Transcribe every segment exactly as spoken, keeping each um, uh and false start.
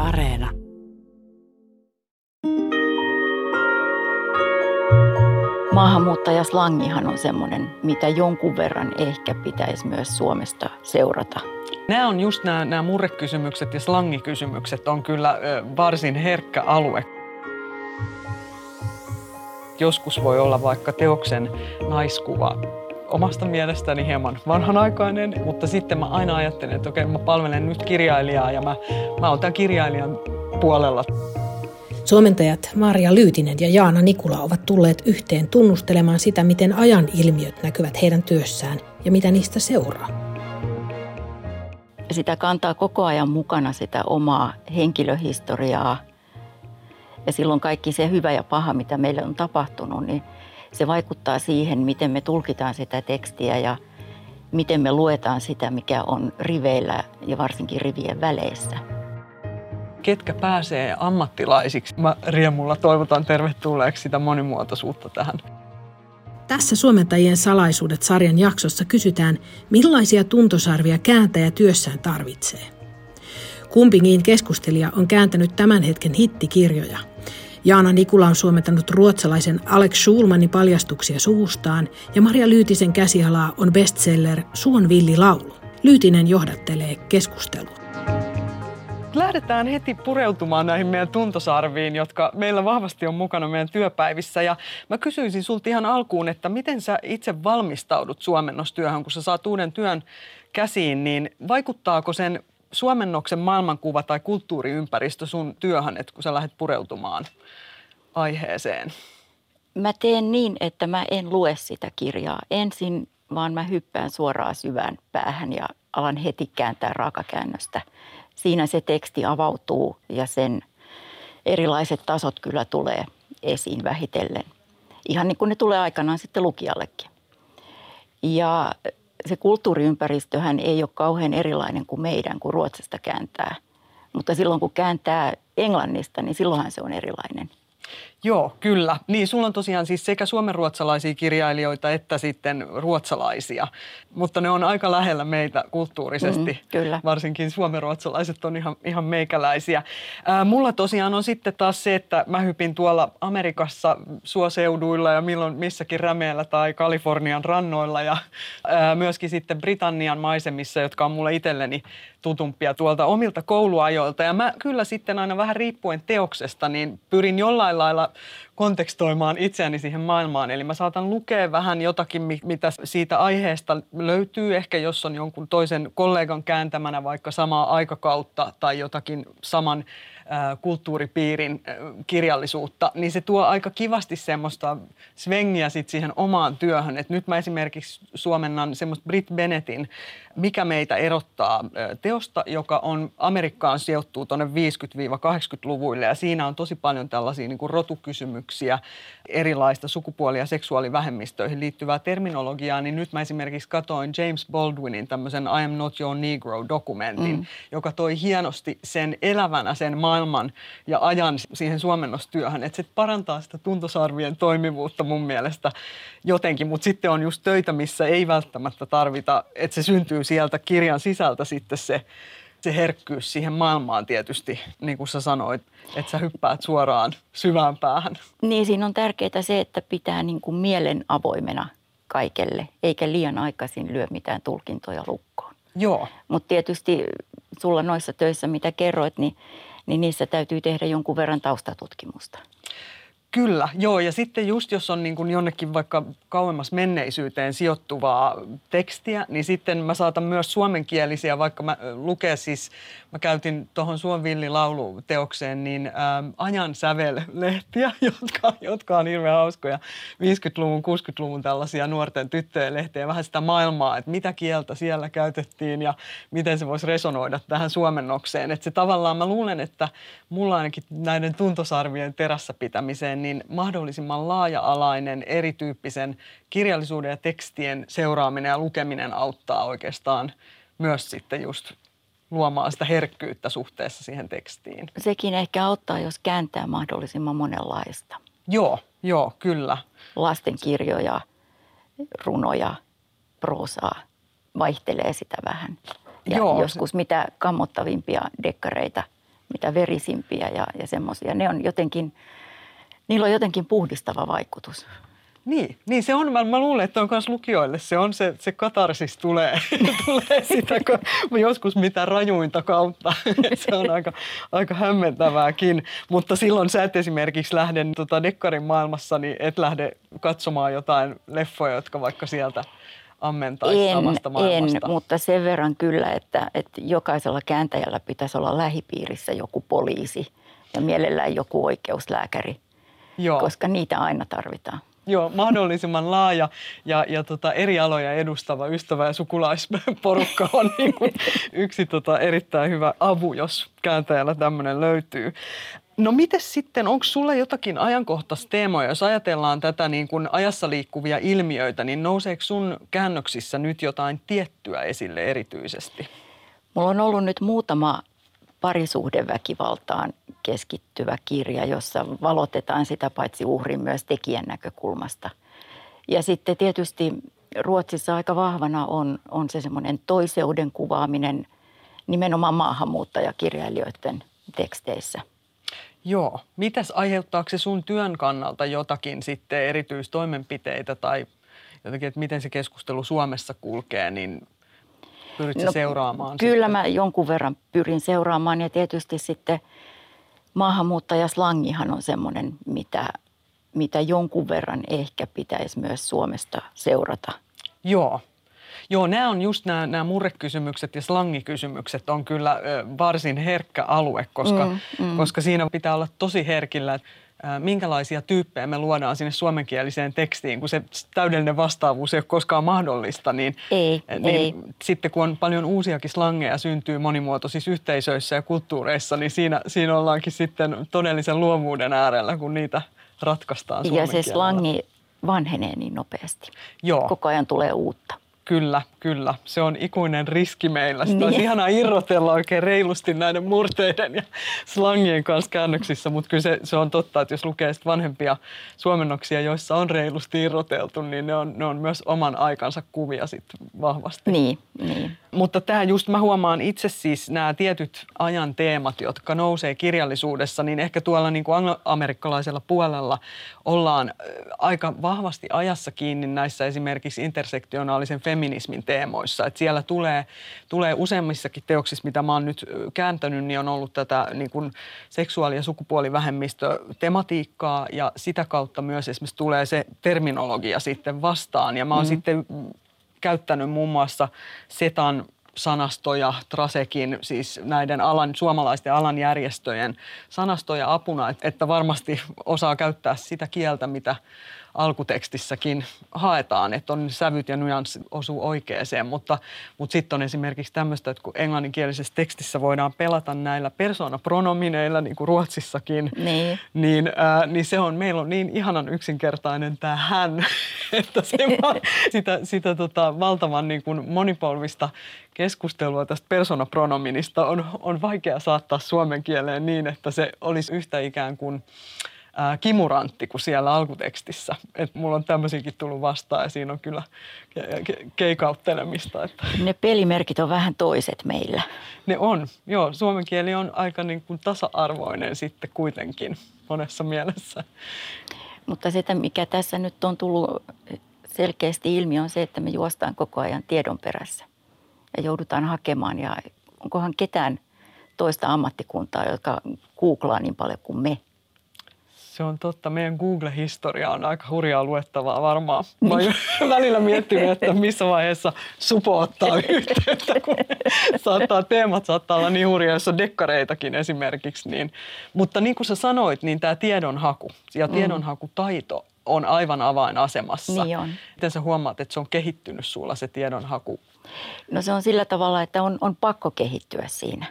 Areena. Maahanmuuttajaslangihan on semmoinen, mitä jonkun verran ehkä pitäisi myös Suomesta seurata. Nämä on just nämä, nämä murrekysymykset ja slangikysymykset on kyllä varsin herkkä alue. Joskus voi olla vaikka teoksen naiskuva omasta mielestäni hieman vanhanaikainen, mutta sitten mä aina ajattelen, että okei, mä palvelen nyt kirjailijaa ja mä, mä oon tämän kirjailijan puolella. Suomentajat Marja Lyytinen ja Jaana Nikula ovat tulleet yhteen tunnustelemaan sitä, miten ajan ilmiöt näkyvät heidän työssään ja mitä niistä seuraa. Sitä kantaa koko ajan mukana sitä omaa henkilöhistoriaa. Ja silloin kaikki se hyvä ja paha, mitä meille on tapahtunut, niin se vaikuttaa siihen, miten me tulkitaan sitä tekstiä ja miten me luetaan sitä, mikä on riveillä ja varsinkin rivien väleissä. Ketkä pääsee ammattilaisiksi? Mä riemulla toivotan tervetulleeksi sitä monimuotoisuutta tähän. Tässä Suomentajien salaisuudet -sarjan jaksossa kysytään, millaisia tuntosarvia kääntäjä työssään tarvitsee. Kumpikin keskustelija on kääntänyt tämän hetken hittikirjoja. Jaana Nikula on suomentanut ruotsalaisen Alex Schulmanin Paljastuksia suvustaan ja Marja Lyytisen käsialaa on bestseller Suon villi laulu. Lyytinen johdattelee keskustelua. Lähdetään heti pureutumaan näihin meidän tuntosarviin, jotka meillä vahvasti on mukana meidän työpäivissä. Ja mä kysyisin sulta ihan alkuun, että miten sä itse valmistaudut suomennostyöhön, kun sä saat uuden työn käsiin, niin vaikuttaako sen suomennoksen maailmankuva tai kulttuuriympäristö sun työhön, että kun sä lähdet pureutumaan aiheeseen? Mä teen niin, että mä en lue sitä kirjaa ensin, vaan mä hyppään suoraan syvään päähän ja alan heti kääntää raakakäännöstä. Siinä se teksti avautuu ja sen erilaiset tasot kyllä tulee esiin vähitellen. Ihan niin kuin ne tulee aikanaan sitten lukijallekin. Ja se kulttuuriympäristöhän ei ole kauhean erilainen kuin meidän, kun Ruotsista kääntää. Mutta silloin kun kääntää englannista, niin silloinhan se on erilainen. Joo, kyllä. Niin, sulla on tosiaan siis sekä suomenruotsalaisia kirjailijoita että sitten ruotsalaisia, mutta ne on aika lähellä meitä kulttuurisesti. Mm, kyllä. Varsinkin suomenruotsalaiset on ihan, ihan meikäläisiä. Ää, mulla tosiaan on sitten taas se, että mä hypin tuolla Amerikassa suoseuduilla ja milloin missäkin rämeellä tai Kalifornian rannoilla ja ää, myöskin sitten Britannian maisemissa, jotka on mulle itselleni tutumpia tuolta omilta kouluajoilta. Ja mä kyllä sitten aina vähän riippuen teoksesta, niin pyrin jollain lailla kontekstoimaan itseäni siihen maailmaan. Eli mä saatan lukea vähän jotakin, mitä siitä aiheesta löytyy. Ehkä jos on jonkun toisen kollegan kääntämänä vaikka samaa aikakautta tai jotakin saman äh, kulttuuripiirin äh, kirjallisuutta, niin se tuo aika kivasti semmoista svengiä sit siihen omaan työhön. Et nyt mä esimerkiksi suomennan semmoista Brit Bennettin Mikä meitä erottaa äh, teosta, joka on Amerikkaan sijoittuu tuonne viisikymmentä-kahdeksankymmentäluvuille ja siinä on tosi paljon tällaisia niin kuin rotukysymyksiä, erilaista sukupuoli- ja seksuaalivähemmistöihin liittyvää terminologiaa, niin nyt mä esimerkiksi katoin James Baldwinin tämmöisen I am not your Negro-dokumentin, mm. joka toi hienosti sen elävänä sen maailman ja ajan siihen suomennostyöhön, että se parantaa sitä tuntosarvien toimivuutta mun mielestä jotenkin, mutta sitten on just töitä, missä ei välttämättä tarvita, että se syntyy sieltä kirjan sisältä sitten se Se herkkyys siihen maailmaan tietysti, niin kuin sä sanoit, että sä hyppäät suoraan syvään päähän. Niin, siinä on tärkeää se, että pitää niin kuin mielen avoimena kaikelle, eikä liian aikaisin lyö mitään tulkintoja lukkoon. Joo. Mutta tietysti sulla noissa töissä, mitä kerroit, niin, niin niissä täytyy tehdä jonkun verran taustatutkimusta. Kyllä, joo. Ja sitten just jos on niin kuin jonnekin vaikka kauemmas menneisyyteen sijoittuvaa tekstiä, niin sitten mä saatan myös suomenkielisiä, vaikka mä lukee siis, mä käytin tuohon Suon villi laulu -teokseen, niin ähm, ajan sävellehtiä, jotka, jotka on hirveän hauskoja. viisikymmentäluvun, kuusikymmentäluvun tällaisia nuorten tyttöjen lehtejä, vähän sitä maailmaa, että mitä kieltä siellä käytettiin ja miten se voisi resonoida tähän suomennokseen. Että se tavallaan, mä luulen, että mulla ainakin näiden tuntosarvien terässä pitämiseen, niin mahdollisimman laaja-alainen, erityyppisen kirjallisuuden ja tekstien seuraaminen ja lukeminen auttaa oikeastaan myös sitten just luomaan sitä herkkyyttä suhteessa siihen tekstiin. Sekin ehkä auttaa, jos kääntää mahdollisimman monenlaista. Joo, joo, kyllä. Lastenkirjoja, runoja, proosaa, vaihtelee sitä vähän. Ja joo, joskus mitä kammottavimpia dekkareita, mitä verisimpiä ja, ja semmoisia. Ne on jotenkin, niillä on jotenkin puhdistava vaikutus. Niin, niin se on, mä, mä luulen, että on myös lukijoille, se on se, se katarsis tulee, tulee sitä joskus mitä rajuinta kautta, se on aika, aika hämmentävääkin, mutta silloin sä et esimerkiksi lähde tota dekkarin maailmassa, niin et lähde katsomaan jotain leffoja, jotka vaikka sieltä ammentaisi samasta maailmasta. En, mutta sen verran kyllä, että, että jokaisella kääntäjällä pitäisi olla lähipiirissä joku poliisi ja mielellään joku oikeuslääkäri, Joo. koska niitä aina tarvitaan. Joo, mahdollisimman laaja ja, ja tota eri aloja edustava ystävä- ja sukulaisporukka on niin kuin yksi tota erittäin hyvä avu, jos kääntäjällä tämmöinen löytyy. No mites sitten, onko sulla jotakin ajankohtaista teemoja, jos ajatellaan tätä niin kuin ajassa liikkuvia ilmiöitä, niin nouseeko sun käännöksissä nyt jotain tiettyä esille erityisesti? Mulla on ollut nyt muutama parisuhdeväkivaltaan keskittyvä kirja, jossa valotetaan sitä paitsi uhrin myös tekijän näkökulmasta. Ja sitten tietysti Ruotsissa aika vahvana on, on se semmoinen toiseuden kuvaaminen nimenomaan maahanmuuttajakirjailijoiden teksteissä. Joo. Mitäs aiheuttaako se sun työn kannalta jotakin sitten erityistoimenpiteitä tai jotenkin, että miten se keskustelu Suomessa kulkee, niin pyritkö no, seuraamaan? Kyllä sitten? Mä jonkun verran pyrin seuraamaan ja tietysti sitten maahanmuuttajaslangihan on semmoinen, mitä, mitä jonkun verran ehkä pitäisi myös Suomesta seurata. Joo. Joo, nämä on just nämä, nämä murrekysymykset ja slangikysymykset on kyllä varsin herkkä alue, koska, mm, mm. koska siinä pitää olla tosi herkillä, että minkälaisia tyyppejä me luodaan sinne suomenkieliseen tekstiin, kun se täydellinen vastaavuus ei ole koskaan mahdollista, niin, ei, niin ei. sitten kun on paljon uusiakin slangeja syntyy monimuotoisissa yhteisöissä ja kulttuureissa, niin siinä, siinä ollaankin sitten todellisen luovuuden äärellä, kun niitä ratkaistaan suomen Ja se kielellä. Slangi vanhenee niin nopeasti. Joo. Koko ajan tulee uutta. Kyllä, kyllä. Se on ikuinen riski meillä. Sitä niin. olisi ihanaa irrotella oikein reilusti näiden murteiden ja slangien kanssa käännöksissä, mutta kyllä se, se on totta, että jos lukee vanhempia suomennoksia, joissa on reilusti irroteltu, niin ne on, ne on myös oman aikansa kuvia sitten vahvasti. Niin, niin. Mutta tämä just mä huomaan itse siis nämä tietyt ajan teemat, jotka nousee kirjallisuudessa, niin ehkä tuolla niin kuin angloamerikkalaisella puolella ollaan aika vahvasti ajassa kiinni näissä esimerkiksi intersektionaalisen feminismin teemoissa. Että siellä tulee, tulee useammissakin teoksissa, mitä mä oon nyt kääntänyt, niin on ollut tätä niin kuin seksuaali- ja sukupuolivähemmistötematiikkaa ja sitä kautta myös esimerkiksi tulee se terminologia sitten vastaan. Ja mä oon mm. sitten käyttänyt muun muassa Setan sanastoja, Trasekin, siis näiden alan, suomalaisten alanjärjestöjen sanastoja apuna, että varmasti osaa käyttää sitä kieltä, mitä alkutekstissäkin haetaan, että on sävyt ja nyanssit osuu oikeeseen, mutta, mutta sitten on esimerkiksi tämmöistä, että kun englanninkielisessä tekstissä voidaan pelata näillä persoonapronomineilla, niin kuin Ruotsissakin, niin, niin, ää, niin se on, meillä on niin ihanan yksinkertainen tämä hän, että se vaan, sitä, sitä tota, valtavan niin kuin monipolvista keskustelua tästä persoonapronominista on, on vaikea saattaa suomen kieleen niin, että se olisi yhtä ikään kuin Ää, kimurantti kuin siellä alkutekstissä. Et mulla on tämmöisiäkin tullut vastaan ja siinä on kyllä ke- ke- keikauttelemista. Että. Ne pelimerkit on vähän toiset meillä. Ne on. Joo, suomen kieli on aika niin kuin tasa-arvoinen sitten kuitenkin monessa mielessä. Mutta se, mikä tässä nyt on tullut selkeästi ilmi, on se, että me juostaan koko ajan tiedon perässä ja joudutaan hakemaan. Ja onkohan ketään toista ammattikuntaa, jotka googlaa niin paljon kuin me. Se on totta. Meidän Google-historia on aika hurjaa luettavaa varmaan. Mä oon välillä miettinyt, että missä vaiheessa Supo ottaa yhteyttä, kun saattaa, teemat saattaa olla niin hurjaa, jos on dekkareitakin esimerkiksi. Niin. Mutta niin kuin sä sanoit, niin tämä tiedonhaku ja tiedonhakutaito on aivan avainasemassa. Niin on. Miten sä huomaat, että se on kehittynyt sulla se tiedonhaku? No se on sillä tavalla, että on, on pakko kehittyä siinä.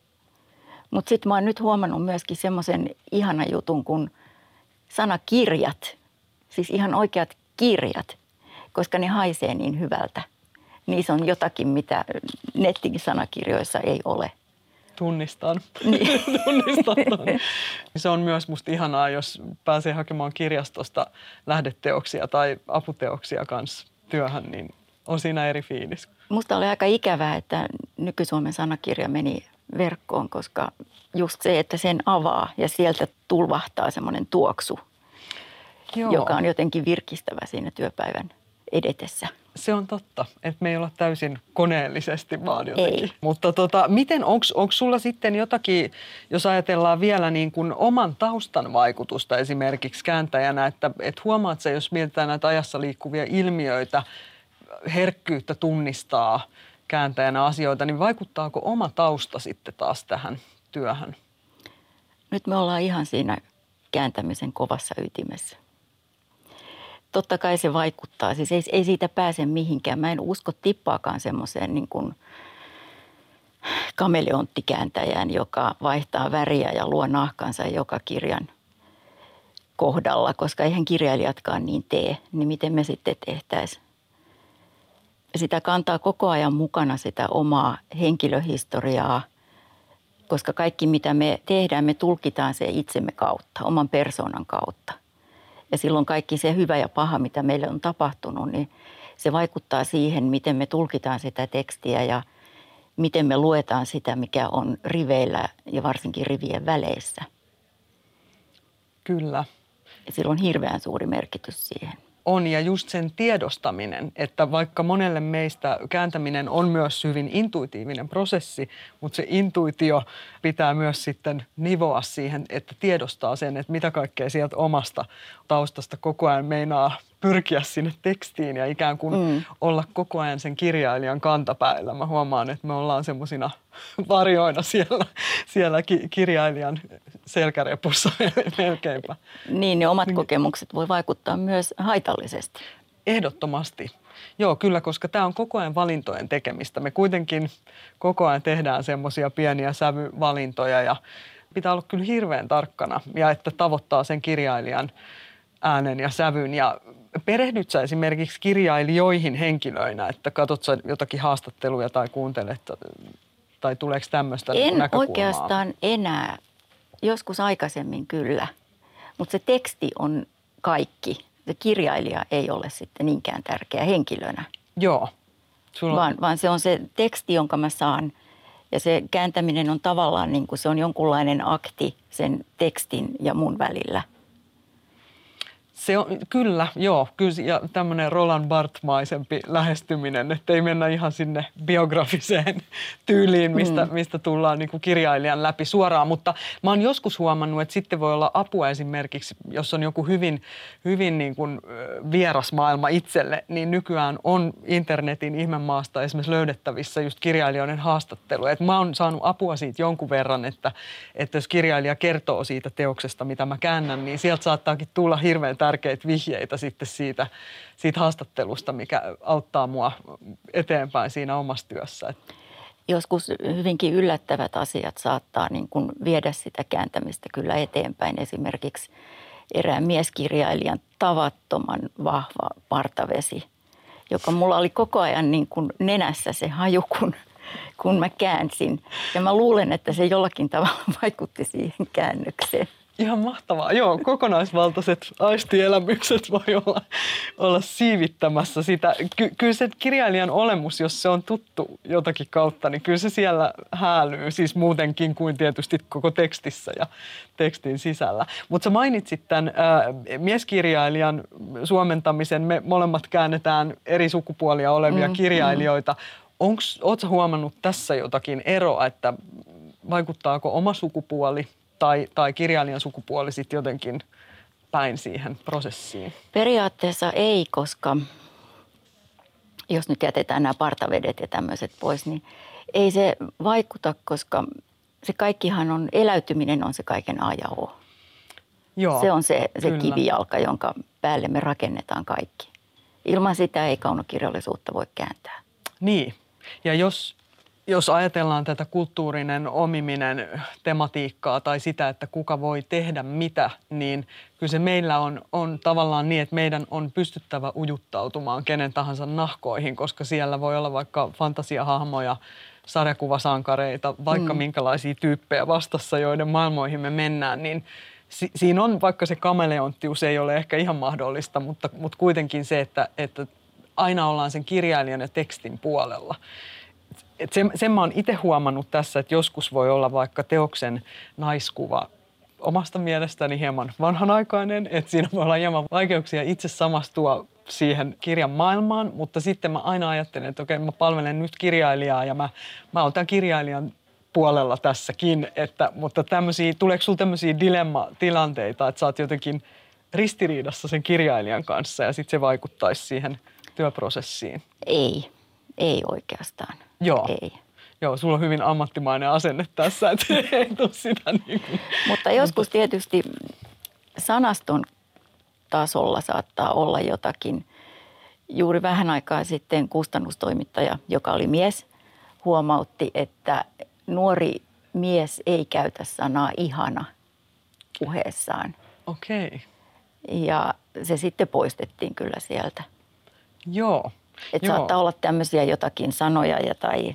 Mutta sitten mä oon nyt huomannut myöskin semmoisen ihanan jutun kuin sanakirjat, siis ihan oikeat kirjat, koska ne haisee niin hyvältä. Niissä on jotakin, mitä nettisanakirjoissa ei ole. Tunnistan. Niin. Tunnistan ton. Se on myös musta ihanaa, jos pääsee hakemaan kirjastosta lähdeteoksia tai aputeoksia kanssa työhön, niin on siinä eri fiilis. Musta oli aika ikävää, että Nyky-Suomen sanakirja meni verkkoon, koska just se, että sen avaa ja sieltä tulvahtaa semmoinen tuoksu, Joo. joka on jotenkin virkistävä siinä työpäivän edetessä. Se on totta, että me ei olla täysin koneellisesti vaan jotenkin. Ei. Mutta tota, miten, onko sulla sitten jotakin, jos ajatellaan vielä niin kuin oman taustan vaikutusta esimerkiksi kääntäjänä, että et huomaat sä, jos mietitään näitä ajassa liikkuvia ilmiöitä, herkkyyttä tunnistaa kääntäjänä asioita, niin vaikuttaako oma tausta sitten taas tähän työhön? Nyt me ollaan ihan siinä kääntämisen kovassa ytimessä. Totta kai se vaikuttaa. Siis ei, ei siitä pääse mihinkään. Mä en usko tippaakaan semmoiseen niin kuin kameleonttikääntäjään, joka vaihtaa väriä ja luo nahkansa joka kirjan kohdalla, koska eihän kirjailijatkaan niin tee. Niin miten me sitten tehtäisiin? Sitä kantaa koko ajan mukana sitä omaa henkilöhistoriaa, koska kaikki mitä me tehdään, me tulkitaan se itsemme kautta, oman persoonan kautta. Ja silloin kaikki se hyvä ja paha, mitä meille on tapahtunut, niin se vaikuttaa siihen, miten me tulkitaan sitä tekstiä ja miten me luetaan sitä, mikä on riveillä ja varsinkin rivien väleissä. Kyllä. Ja sillä on hirveän suuri merkitys siihen. On, ja just sen tiedostaminen, että vaikka monelle meistä kääntäminen on myös hyvin intuitiivinen prosessi, mutta se intuitio pitää myös sitten nivoa siihen, että tiedostaa sen, että mitä kaikkea sieltä omasta taustasta koko ajan meinaa pyrkiä sinne tekstiin ja ikään kuin mm. olla koko ajan sen kirjailijan kantapäillä. Mä huomaan, että me ollaan semmoisina varjoina siellä, siellä ki- kirjailijan selkärepussa melkeinpä. Niin, ne omat kokemukset voi vaikuttaa myös haitallisesti. Ehdottomasti. Joo, kyllä, koska tämä on koko ajan valintojen tekemistä. Me kuitenkin koko ajan tehdään semmoisia pieniä sävyvalintoja ja pitää olla kyllä hirveän tarkkana ja että tavoittaa sen kirjailijan äänen ja sävyn. Ja perehdyt sä esimerkiksi kirjailijoihin henkilöinä, että katsot sä jotakin haastatteluja tai kuuntelet tai tuleeko tämmöistä En näkökulmaa? oikeastaan enää. Joskus aikaisemmin kyllä, mutta se teksti on kaikki. Se kirjailija ei ole sitten niinkään tärkeä henkilönä. Joo. Sulla... Vaan, vaan se on se teksti, jonka mä saan. Ja se kääntäminen on tavallaan niin kuin se on jonkunlainen akti sen tekstin ja mun välillä. Se on, kyllä, joo. Kyllä, ja tämmöinen Roland Barthes-maisempi lähestyminen, että ei mennä ihan sinne biografiseen tyyliin, mistä, mm. mistä tullaan niin kuin kirjailijan läpi suoraan. Mutta mä oon joskus huomannut, että sitten voi olla apua esimerkiksi, jos on joku hyvin, hyvin niin kuin vieras maailma itselle, niin nykyään on internetin ihmemaasta esimerkiksi löydettävissä just kirjailijoiden haastatteluja. Et mä oon saanut apua siitä jonkun verran, että, että jos kirjailija kertoo siitä teoksesta, mitä mä käännän, niin sieltä saattaakin tulla hirveän tärkeitä vihjeitä sitten siitä, siitä haastattelusta, mikä auttaa mua eteenpäin siinä omassa työssä. Joskus hyvinkin yllättävät asiat saattaa niin kuin viedä sitä kääntämistä kyllä eteenpäin. Esimerkiksi erään mieskirjailijan tavattoman vahva partavesi, joka mulla oli koko ajan niin kuin nenässä se haju, kun, kun mä käänsin. Ja mä luulen, että se jollakin tavalla vaikutti siihen käännökseen. Ihan mahtavaa. Joo, kokonaisvaltaiset aistielämykset voi olla, olla siivittämässä sitä. Ky- kyllä se kirjailijan olemus, jos se on tuttu jotakin kautta, niin kyllä se siellä häälyy. Siis muutenkin kuin tietysti koko tekstissä ja tekstin sisällä. Mutta sä mainitsit tämän ää, mieskirjailijan suomentamisen. Me molemmat käännetään eri sukupuolia olevia mm, kirjailijoita. Mm. Oletko sä huomannut tässä jotakin eroa, että vaikuttaako oma sukupuoli Tai, tai kirjailijan sukupuoli sitten jotenkin päin siihen prosessiin? Periaatteessa ei, koska jos nyt jätetään nämä partavedet ja tämmöiset pois, niin ei se vaikuta, koska se kaikkihan on, eläytyminen on se kaiken A ja O. Joo, se on se, se kivijalka, jonka päälle me rakennetaan kaikki. Ilman sitä ei kaunokirjallisuutta voi kääntää. Niin, ja jos... Jos ajatellaan tätä kulttuurinen omiminen tematiikkaa tai sitä, että kuka voi tehdä mitä, niin kyllä se meillä on, on tavallaan niin, että meidän on pystyttävä ujuttautumaan kenen tahansa nahkoihin, koska siellä voi olla vaikka fantasiahahmoja, sarjakuvasankareita, vaikka mm. minkälaisia tyyppejä vastassa, joiden maailmoihin me mennään, niin si- siinä on, vaikka se kameleonttius ei ole ehkä ihan mahdollista, mutta, mutta kuitenkin se, että, että aina ollaan sen kirjailijan ja tekstin puolella. et sen, sen mä oon itse huomannut tässä, että joskus voi olla vaikka teoksen naiskuva omasta mielestäni hieman vanhanaikainen, että siinä voi olla hieman vaikeuksia itse samastua siihen kirjan maailmaan, mutta sitten mä aina ajattelen, että okei, mä palvelen nyt kirjailijaa ja mä, mä oon tämän kirjailijan puolella tässäkin, että, mutta tämmöisiä, tuleeko sulla tämmöisiä dilemmatilanteita, että sä oot jotenkin ristiriidassa sen kirjailijan kanssa ja sitten se vaikuttaisi siihen työprosessiin? Ei, ei oikeastaan. Joo. Ei. Joo, sulla on hyvin ammattimainen asenne tässä, että ei tule sitä niin kuin. Mutta joskus tietysti sanaston tasolla saattaa olla jotakin. Juuri vähän aikaa sitten kustannustoimittaja, joka oli mies, huomautti, että nuori mies ei käytä sanaa ihana puheessaan. Okei. Okay. Ja se sitten poistettiin kyllä sieltä. Joo. Että Joo. saattaa olla tämmöisiä jotakin sanoja ja tai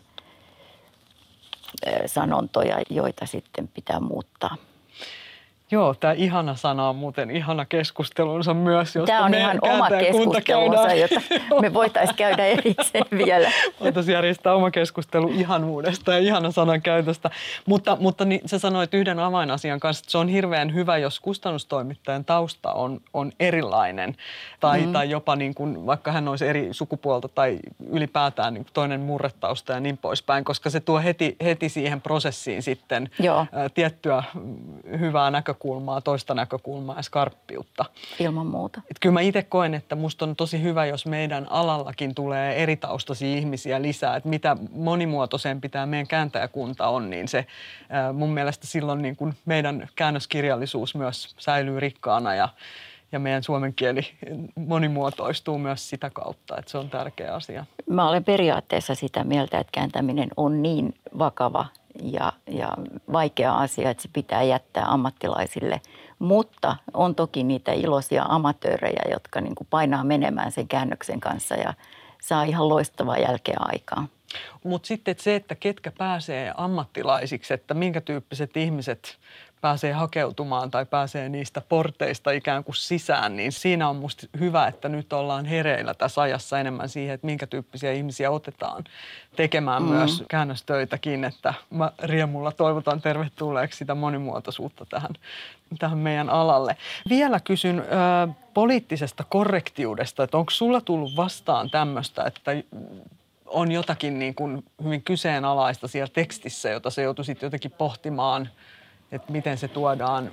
sanontoja, joita sitten pitää muuttaa. Joo, tämä ihana sana on muuten ihana keskustelunsa myös. Tämä on ihan oma keskustelunsa, jota me voitaisiin käydä erikseen vielä. Voitaisiin järjestää oma keskustelu ihanuudesta ja ihana sanan käytöstä. Mutta, mutta niin, sä sanoit yhden avainasian kanssa, että se on hirveän hyvä, jos kustannustoimittajan tausta on, on erilainen. Tai, mm-hmm. tai jopa niin kuin, vaikka hän olisi eri sukupuolta tai ylipäätään niin toinen murretausta ja niin poispäin, koska se tuo heti, heti siihen prosessiin sitten Joo. ä, tiettyä hyvää näkökulmaa. Kulmaa, toista näkökulmaa ja skarppiutta. Ilman muuta. Et kyllä mä itse koen, että musta on tosi hyvä, jos meidän alallakin tulee eri taustaisia ihmisiä lisää. Että mitä monimuotoisempi tämä meidän kääntäjäkunta on, niin se mun mielestä silloin niin kuin meidän käännöskirjallisuus myös säilyy rikkaana ja, ja meidän suomen kieli monimuotoistuu myös sitä kautta, että se on tärkeä asia. Mä olen periaatteessa sitä mieltä, että kääntäminen on niin vakava Ja, ja vaikea asia, että se pitää jättää ammattilaisille. Mutta on toki niitä iloisia amatöörejä, jotka niin kuin painaa menemään sen käännöksen kanssa ja saa ihan loistavaa jälkeä aikaan. Mutta sitten se, että ketkä pääsee ammattilaisiksi, että minkä tyyppiset ihmiset pääsee hakeutumaan tai pääsee niistä porteista ikään kuin sisään, niin siinä on musta hyvä, että nyt ollaan hereillä tässä ajassa enemmän siihen, että minkä tyyppisiä ihmisiä otetaan tekemään mm. myös käännöstöitäkin, että mä riemulla toivotan tervetulleeksi sitä monimuotoisuutta tähän, tähän meidän alalle. Vielä kysyn ö, poliittisesta korrektiudesta, että onko sulla tullut vastaan tämmöistä, että on jotakin niin kuin hyvin kyseenalaista siellä tekstissä, jota sä joutuisit jotenkin pohtimaan, että miten se tuodaan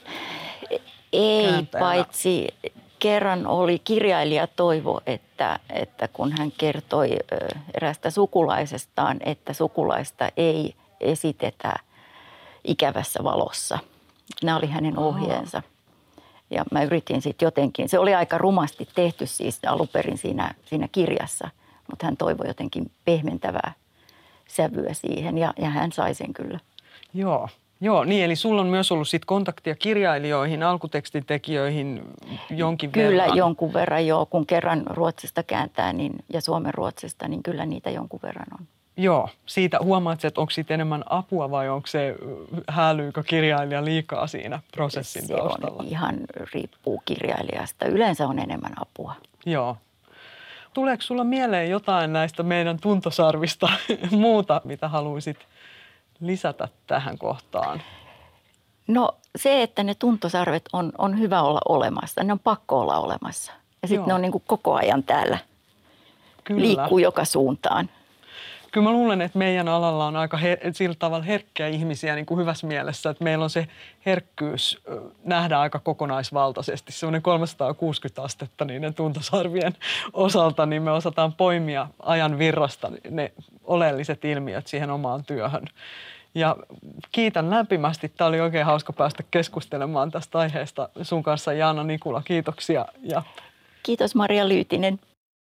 Ei, kääntäjänä. Paitsi kerran oli kirjailija Toivo, että, että kun hän kertoi erästä sukulaisestaan, että sukulaista ei esitetä ikävässä valossa. Nämä oli hänen ohjeensa. Ja mä yritin sitten jotenkin, se oli aika rumasti tehty siis alunperin siinä, siinä kirjassa, mutta hän toivoi jotenkin pehmentävää sävyä siihen ja, ja hän sai sen kyllä. Joo. Joo, niin eli sulla on myös ollut sit kontaktia kirjailijoihin, alkutekstin tekijöihin jonkin kyllä, verran. Kyllä, jonkun verran joo. Kun kerran Ruotsista kääntää niin, ja Suomen Ruotsista, niin kyllä niitä jonkun verran on. Joo, siitä huomaat, että onko siitä enemmän apua vai onko se häälyykö kirjailija liikaa siinä prosessin se taustalla? On ihan riippuu kirjailijasta. Yleensä on enemmän apua. Joo. Tuleeko sulla mieleen jotain näistä meidän tuntosarvista muuta, mitä haluaisit lisätä tähän kohtaan? No se, että ne tuntosarvet on, on hyvä olla olemassa. Ne on pakko olla olemassa. Ja sitten ne on niin kuin koko ajan täällä. Kyllä. Liikkuu joka suuntaan. Kyllä mä luulen, että meidän alalla on aika her- sillä tavalla herkkiä ihmisiä niin kuin hyvässä mielessä, että meillä on se herkkyys nähdä aika kokonaisvaltaisesti. Semmoinen kolmesataakuusikymmentä astetta niiden tuntosarvien osalta, niin me osataan poimia ajan virrasta ne oleelliset ilmiöt siihen omaan työhön. Ja kiitän lämpimästi. Tämä oli oikein hauska päästä keskustelemaan tästä aiheesta sun kanssa, Jaana Nikula. Kiitoksia. Ja kiitos Maria Lyytinen.